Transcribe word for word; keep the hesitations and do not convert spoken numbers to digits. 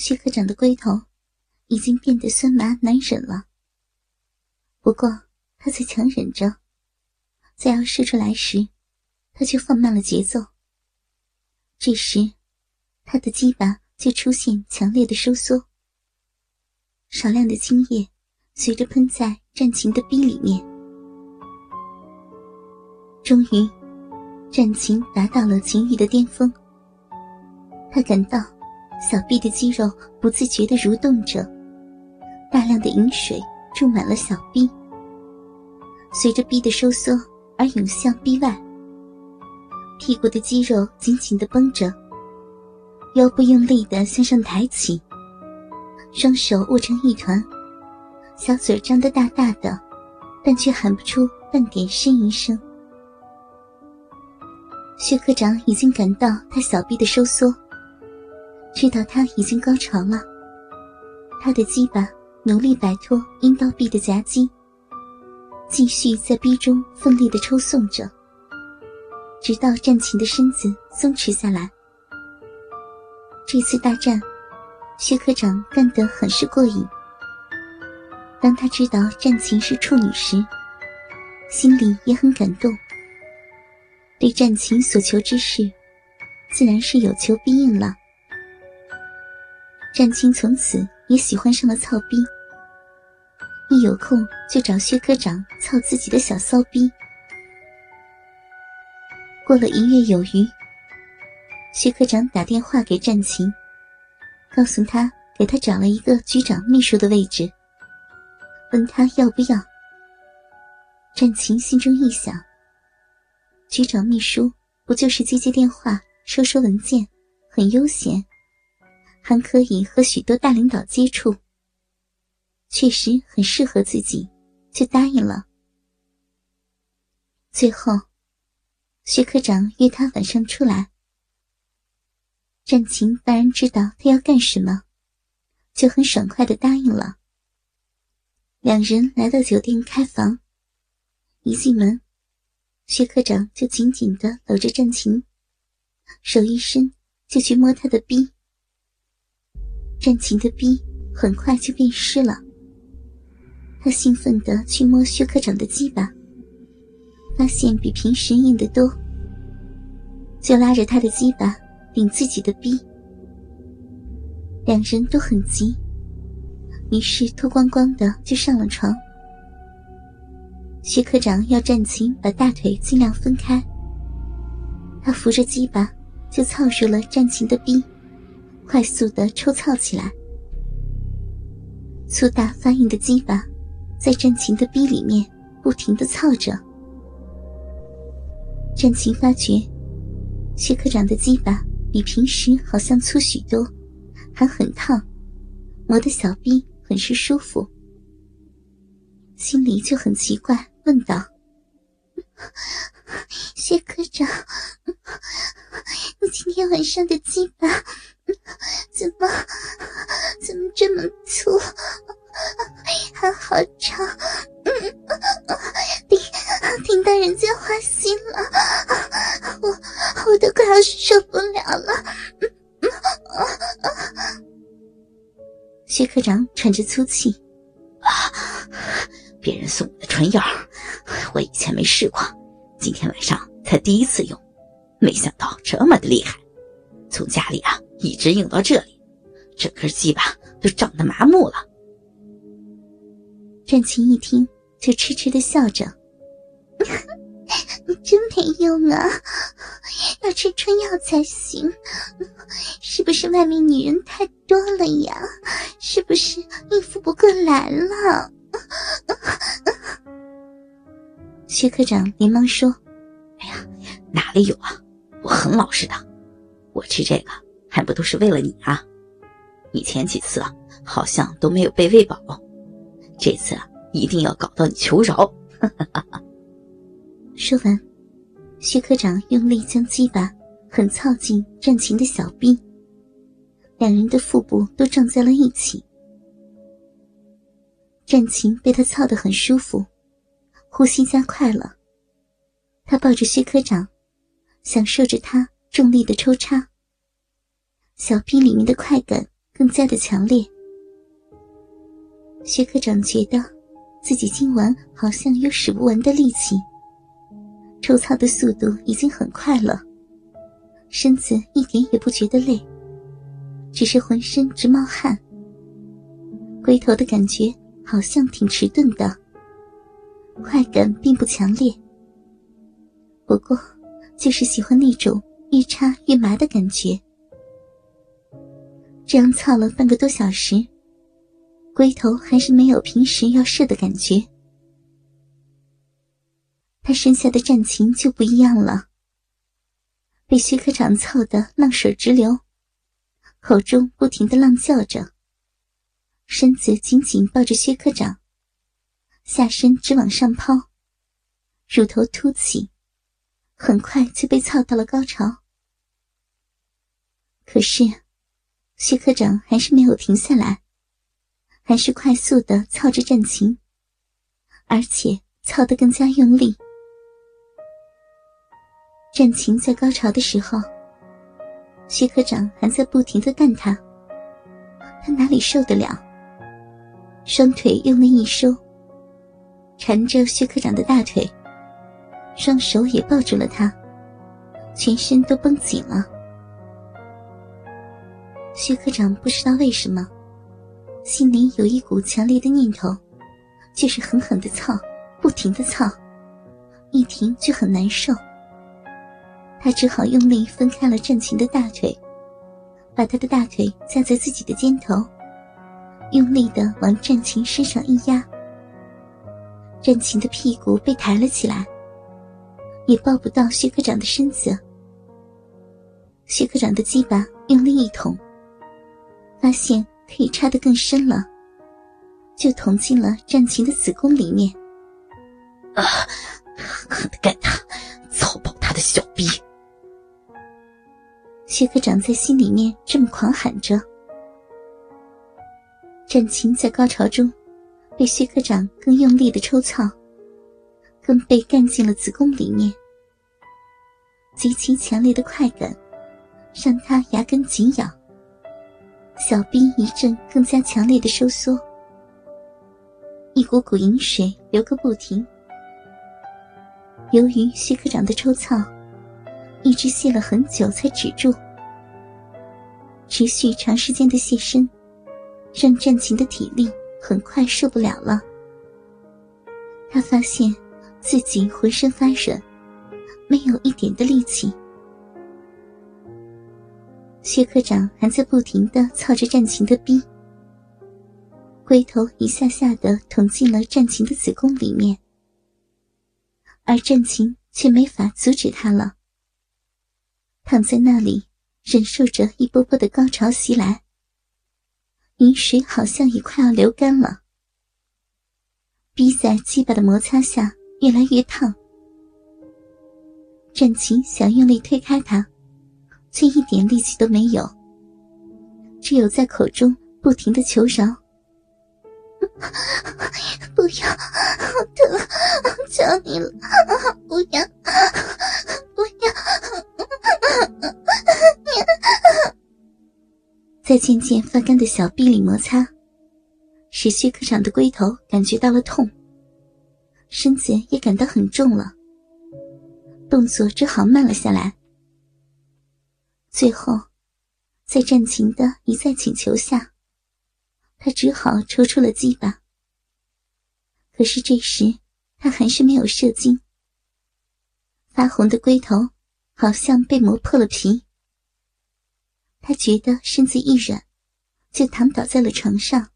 薛科长的龟头已经变得酸麻难忍了，不过他在强忍着，在要射出来时，他却放慢了节奏。这时他的鸡巴就出现强烈的收缩，少量的精液随着喷在战琴的逼里面。终于战琴达到了情欲的巅峰，他感到小臂的肌肉不自觉地蠕动着，大量的饮水注满了小臂，随着臂的收缩而涌向臂外，屁股的肌肉紧紧地绷着，腰部用力地向上抬起，双手握成一团，小嘴张得大大的，但却喊不出半点呻吟声。薛科长已经感到他小臂的收缩，知道他已经高潮了，他的鸡巴努力摆脱阴道壁的夹击，继续在逼中奋力地抽送着，直到战琴的身子松弛下来。这次大战，薛科长干得很是过瘾。当他知道战琴是处女时，心里也很感动。对战琴所求之事，自然是有求必应了。战琴从此也喜欢上了操逼，一有空就找薛科长操自己的小骚逼。过了一月有余，薛科长打电话给战琴，告诉他给他找了一个局长秘书的位置，问他要不要。战琴心中一想，局长秘书不就是接接电话收收文件，很悠闲，还可以和许多大领导接触，确实很适合自己，就答应了。最后薛科长约他晚上出来，战琴当然知道他要干什么，就很爽快地答应了。两人来到酒店开房，一进门薛科长就紧紧地搂着战琴，手一伸就去摸她的逼。战琴的逼很快就变湿了，他兴奋地去摸薛科长的鸡巴，发现比平时硬得多，就拉着他的鸡巴顶自己的逼。两人都很急，于是脱光光的就上了床。薛科长要战琴把大腿尽量分开，他扶着鸡巴就操入了战琴的逼，快速地抽操起来。粗大发硬的鸡巴在战琴的逼里面不停地操着。战琴发觉薛科长的鸡巴比平时好像粗许多，还很烫，磨得小逼很是舒服，心里就很奇怪，问道：薛科长，你今天晚上的鸡巴怎么怎么这么粗，还好长，听听到人家花心了，我我都快要受不了了。薛科长喘着粗气， 啊，别人送我的春药，我以前没试过，今天晚上才第一次用，没想到这么的厉害，从家里啊一直用到这里，整根鸡巴都长得麻木了。 战琴一听就痴痴地笑着，你真没用啊，要吃春药才行，是不是外面女人太多了呀？是不是应付不过来了？薛科长连忙说： 哎呀，哪里有啊，我很老实的，我吃这个还不都是为了你啊，你前几次啊好像都没有被喂饱，这次啊一定要搞到你求饶。 说完，薛科长用力将鸡巴很操进战琴的小臂，两人的腹部都撞在了一起。战琴被他操得很舒服，呼吸加快了，他抱着薛科长，享受着他重力的抽插，小臂里面的快感更加的强烈。薛科长觉得自己今晚好像有使不完的力气，抽操的速度已经很快了，身子一点也不觉得累，只是浑身直冒汗。龟头的感觉好像挺迟钝的，快感并不强烈，不过就是喜欢那种越插越麻的感觉。这样操了半个多小时，龟头还是没有平时要射的感觉。他身下的战情就不一样了，被薛科长操得浪水直流，口中不停地浪叫着，身子紧紧抱着薛科长，下身直往上抛，乳头凸起，很快就被操到了高潮。可是薛科长还是没有停下来，还是快速地操着战情，而且操得更加用力。战情在高潮的时候，薛科长还在不停地干他，他哪里受得了，双腿用力一收，缠着薛科长的大腿，双手也抱住了他，全身都绷紧了。薛科长不知道为什么，心里有一股强烈的念头，就是狠狠地操，不停地操，一停就很难受。他只好用力分开了战情的大腿，把他的大腿架在自己的肩头，用力地往战情身上一压。战情的屁股被抬了起来，也抱不到薛科长的身子。薛科长的鸡巴用力一捅，发现可以插得更深了，就捅进了战情的子宫里面。 啊，狠地干他，操爆他的小逼！ 薛科长在心里面这么狂喊着。战情在高潮中被薛科长更用力的抽操，更被干进了子宫里面。极其强烈的快感让他牙根紧咬，小臂一阵更加强烈的收缩，一股股饮水流个不停。由于薛科长的抽操一直泄了很久才止住，持续长时间的泄身让战情的体力很快受不了了。他发现自己浑身发软，没有一点的力气。薛科长还在不停地操着战情的逼，龟头一下下地捅进了战情的子宫里面，而战情却没法阻止他了，躺在那里忍受着一波波的高潮袭来，饮水好像也快要流干了，逼在鸡巴的摩擦下越来越烫。战情想用力推开他，却一点力气都没有，只有在口中不停地求饶：不要，好疼，求你了，不要，不要。在渐渐发干的小臂里摩擦，使薛科长的龟头感觉到了痛，身子也感到很重了，动作只好慢了下来。最后在战情的一再请求下，他只好抽出了鸡巴。可是这时他还是没有射精，发红的龟头好像被磨破了皮。他觉得身子一软，就躺倒在了床上。